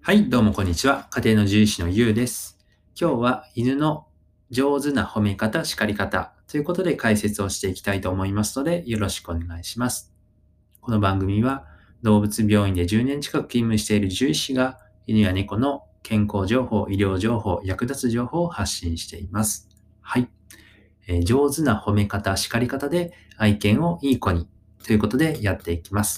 はい、どうもこんにちは。家庭の獣医師のゆうです。今日は犬の上手な褒め方、叱り方ということで解説をしていきたいと思いますので、よろしくお願いします。この番組は動物病院で10年近く勤務している獣医師が犬や猫の健康情報、医療情報、役立つ情報を発信しています。はい。上手な褒め方、叱り方で愛犬をいい子にということでやっていきます。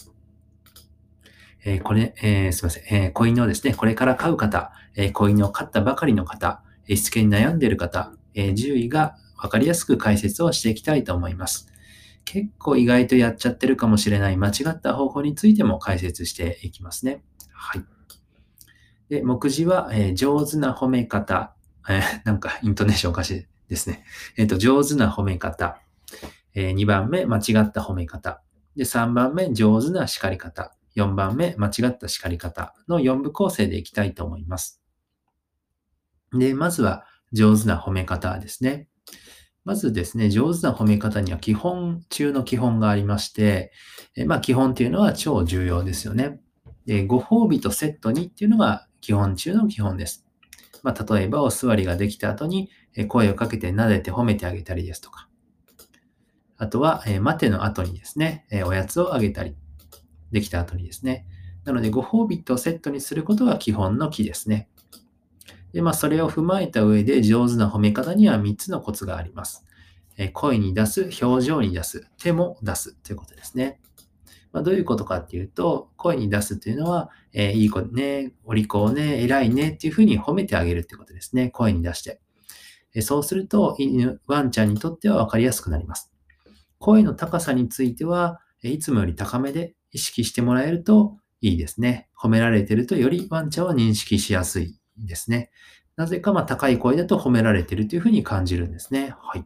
すいません。子犬をですね、これから飼う方、子犬を飼ったばかりの方、しつけに悩んでいる方、獣医がわかりやすく解説をしていきたいと思います。結構意外とやっちゃってるかもしれない間違った方法についても解説していきますね。はい。で、目次は、上手な褒め方、なんかイントネーションおかしいですね。上手な褒め方。2番目、間違った褒め方。で、3番目、上手な叱り方。4番目、間違った叱り方の4部構成でいきたいと思います。で、まずは上手な褒め方ですね。まずですね、上手な褒め方には基本中の基本がありまして、基本っていうのは超重要ですよね。で、ご褒美とセットにっていうのが基本中の基本です。例えばお座りができた後に声をかけて撫でて褒めてあげたりですとか、あとは、待ての後にですね、おやつをあげたり、できた後にですね。なので、ご褒美とセットにすることが基本の木ですね。で、それを踏まえた上で上手な褒め方には3つのコツがあります。声に出す、表情に出す、手も出すということですね。どういうことかっていうと、声に出すというのは、いい子ね、お利口ね、偉いねっていうふうに褒めてあげるってことですね。声に出して。そうすると、ワンちゃんにとっては分かりやすくなります。声の高さについては、いつもより高めで意識してもらえるといいですね。褒められているとよりワンちゃんは認識しやすいですね。なぜか高い声だと褒められているというふうに感じるんですね。はい。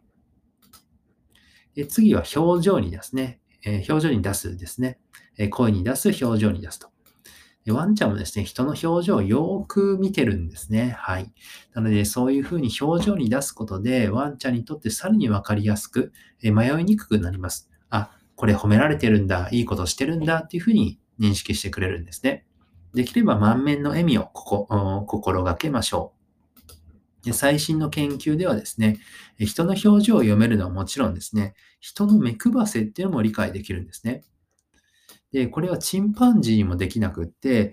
次は表情に出すね。表情に出すですね。声に出す、表情に出すと。ワンちゃんもですね、人の表情をよーく見てるんですね。はい。なので、そういうふうに表情に出すことで、ワンちゃんにとってさらにわかりやすく、迷いにくくなります。あ、これ褒められてるんだ、いいことしてるんだっていうふうに認識してくれるんですね。できれば満面の笑みを心がけましょう。で、最新の研究ではですね、人の表情を読めるのはもちろんですね、人の目配せっていうのも理解できるんですね。で、これはチンパンジーにもできなくって、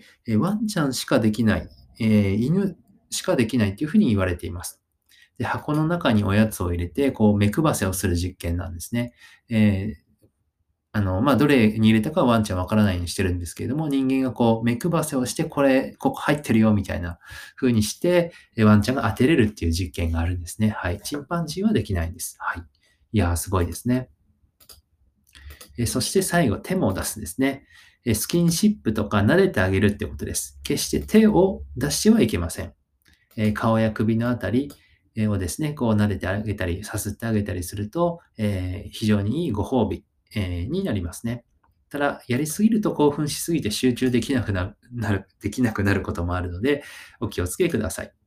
ワンちゃんしかできない、犬しかできないっていうふうに言われています。で、箱の中におやつを入れて、こう目配せをする実験なんですね。えーどれに入れたかはワンちゃんわからないようにしてるんですけれども、人間がこう目配せをして、ここ入ってるよみたいな風にして、ワンちゃんが当てれるっていう実験があるんですね。はい。チンパンジーはできないんです。はい。いやー、すごいですね。そして最後、手も出すですね。スキンシップとか撫でてあげるってことです。決して手を出してはいけません。顔や首のあたりをですね、こう撫でてあげたり、さすってあげたりすると、非常にいいご褒美、になりますね。ただ、やりすぎると興奮しすぎて集中できなくなることもあるので、お気をつけください。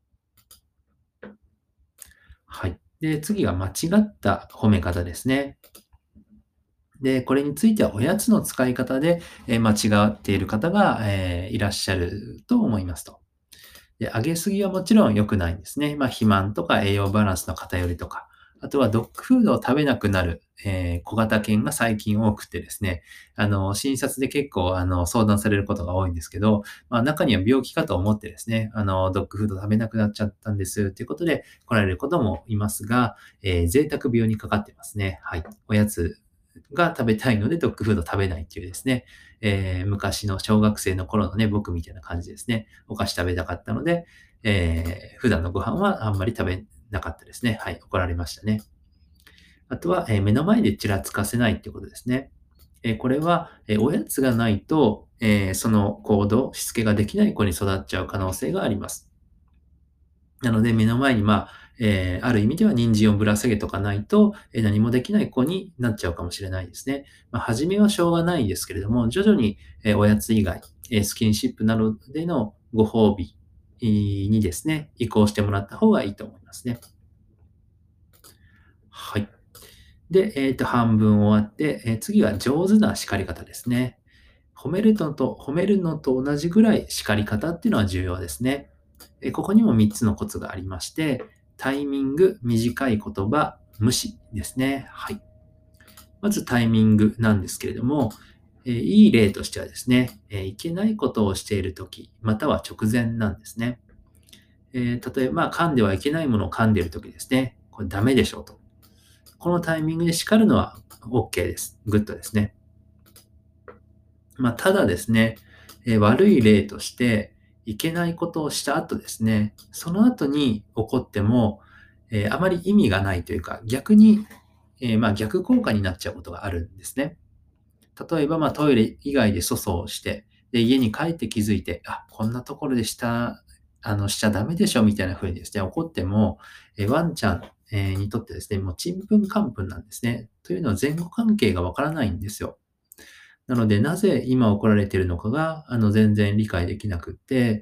はい。で、次は間違った褒め方ですね。で、これについてはおやつの使い方で、間違っている方が、いらっしゃると思いますと。で、上げすぎはもちろん良くないんですね。肥満とか栄養バランスの偏りとか、あとはドッグフードを食べなくなる、小型犬が最近多くてですね、診察で結構、相談されることが多いんですけど、中には病気かと思ってですね、ドッグフード食べなくなっちゃったんですということで来られることもいますが、贅沢病にかかってますね。はい。おやつが食べたいのでドッグフード食べないっていうですね、昔の小学生の頃のね、僕みたいな感じですね。お菓子食べたかったので、普段のご飯はあんまり食べなかったですね。はい、怒られましたね。あとは、目の前でちらつかせないってことですね。これは、おやつがないと、その行動、しつけができない子に育っちゃう可能性があります。なので、目の前に、ある意味では人参をぶら下げとかないと、何もできない子になっちゃうかもしれないですね。初めはしょうがないですけれども、徐々に、おやつ以外、スキンシップなどでのご褒美にですね、移行してもらった方がいいと思いますね。はい。で、半分終わって、次は上手な叱り方ですね。 褒めるのと同じぐらい叱り方っていうのは重要ですね。ここにも3つのコツがありまして、タイミング、短い言葉、無視ですね。はい。まずタイミングなんですけれども、いい例としてはですね、いけないことをしているとき、または直前なんですね。例えば、噛んではいけないものを噛んでいるときですね。これダメでしょうと。このタイミングで叱るのは OK です。グッドですね。ただですね、悪い例として、いけないことをした後ですね、その後に怒っても、あまり意味がないというか、逆に、逆効果になっちゃうことがあるんですね。例えば、トイレ以外で粗相をして、で、家に帰って気づいて、こんなところでしちゃダメでしょみたいな風にですね、怒っても、ワンちゃん、にとってですね、もうちんぷんかんぷんなんですね。というのは前後関係がわからないんですよ。なので、なぜ今怒られているのかが、全然理解できなくって、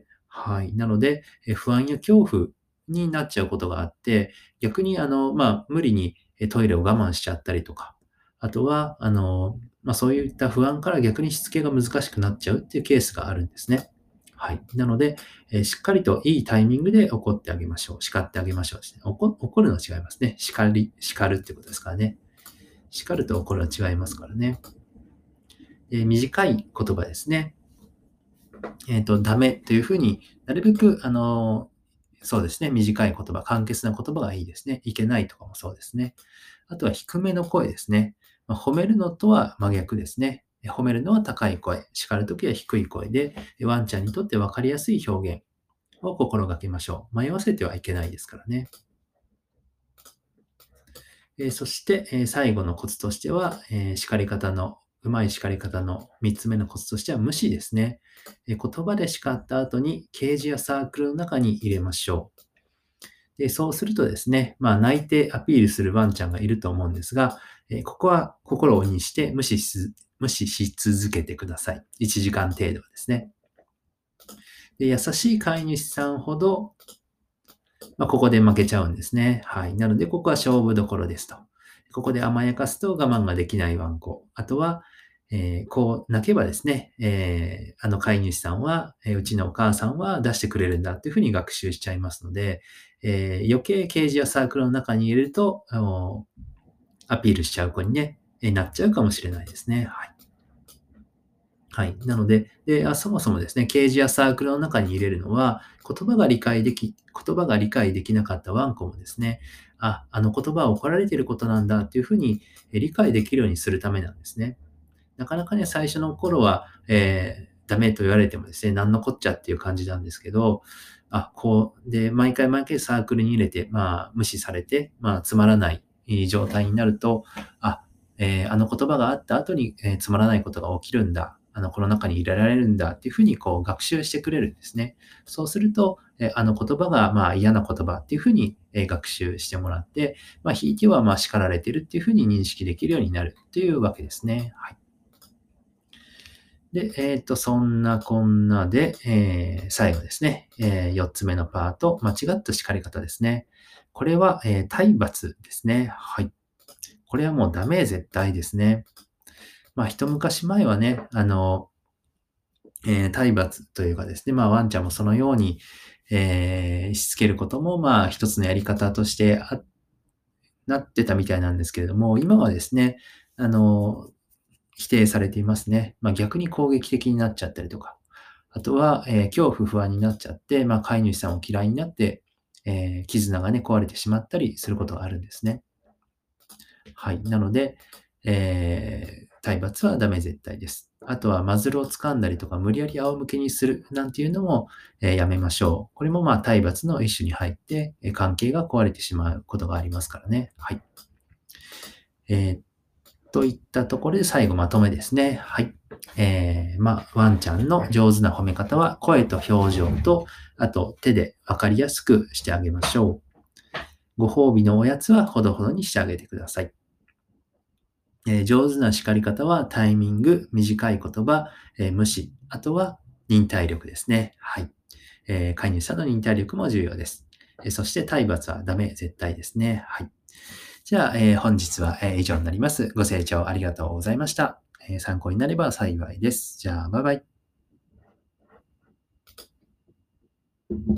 はい。なので、不安や恐怖になっちゃうことがあって、逆に無理にトイレを我慢しちゃったりとか、あとは、そういった不安から逆にしつけが難しくなっちゃうっていうケースがあるんですね。はい。なので、しっかりといいタイミングで怒ってあげましょう。叱ってあげましょうですね。怒るのは違いますね。叱るってことですからね。叱ると怒るは違いますからね。短い言葉ですね。ダメというふうになるべく、そうですね、短い言葉、簡潔な言葉がいいですね。いけないとかもそうですね。あとは低めの声ですね。褒めるのとは真逆ですね。褒めるのは高い声、叱るときは低い声で、ワンちゃんにとって分かりやすい表現を心がけましょう。迷わせてはいけないですからね。そして、最後のコツとしては、うまい叱り方の3つ目のコツとしては無視ですね。言葉で叱った後にケージやサークルの中に入れましょう。で、そうするとですね、泣いてアピールするワンちゃんがいると思うんですが、ここは心を鬼にして無視し続けてください。1時間程度ですね。で、優しい飼い主さんほど、ここで負けちゃうんですね。はい。なので、ここは勝負どころですと。ここで甘やかすと我慢ができないワンコ。あとは、こう泣けばですね、あの飼い主さんは、うちのお母さんは出してくれるんだっていうふうに学習しちゃいますので、余計ケージやサークルの中に入れると、アピールしちゃう子にね、なっちゃうかもしれないですね。はい。はい。なので、そもそもですね、ケージやサークルの中に入れるのは、言葉が理解できなかったワンコもですね、あの言葉は怒られていることなんだっていうふうに理解できるようにするためなんですね。なかなかね、最初の頃は、ダメと言われてもですね、なんのこっちゃっていう感じなんですけど、毎回毎回サークルに入れて、無視されて、つまらない状態になると、あの言葉があった後に、つまらないことが起きるんだ。この中に入れられるんだっていうふうにこう学習してくれるんですね。そうすると、あの言葉が嫌な言葉っていうふうに、学習してもらって、ひいては叱られているっていうふうに認識できるようになるっていうわけですね。はい。で、そんなこんなで、最後ですね、4つ目のパート、間違った叱り方ですね。これは、体罰ですね。はい。これはもうダメ絶対ですね。一昔前はね、体罰というかですね、ワンちゃんもそのように、しつけることも、一つのやり方としてなってたみたいなんですけれども、今はですね、あの、否定されていますね。逆に攻撃的になっちゃったりとか、あとは、恐怖不安になっちゃって、飼い主さんを嫌いになって、絆がね、壊れてしまったりすることがあるんですね。はい。なので、体罰はダメ絶対です。あとはマズルを掴んだりとか、無理やり仰向けにするなんていうのも、やめましょう。これも体罰の一種に入って、関係が壊れてしまうことがありますからね。はい。えーといったところで最後まとめですね。はい。ワンちゃんの上手な褒め方は声と表情と、あと手でわかりやすくしてあげましょう。ご褒美のおやつはほどほどにしてあげてください。上手な叱り方はタイミング、短い言葉、無視、あとは忍耐力ですね。はい。飼い主さんの忍耐力も重要です。そして体罰はダメ、絶対ですね。はい。じゃあ、本日は以上になります。ご清聴ありがとうございました。 参考になれば幸いです。じゃあ、バイバイ。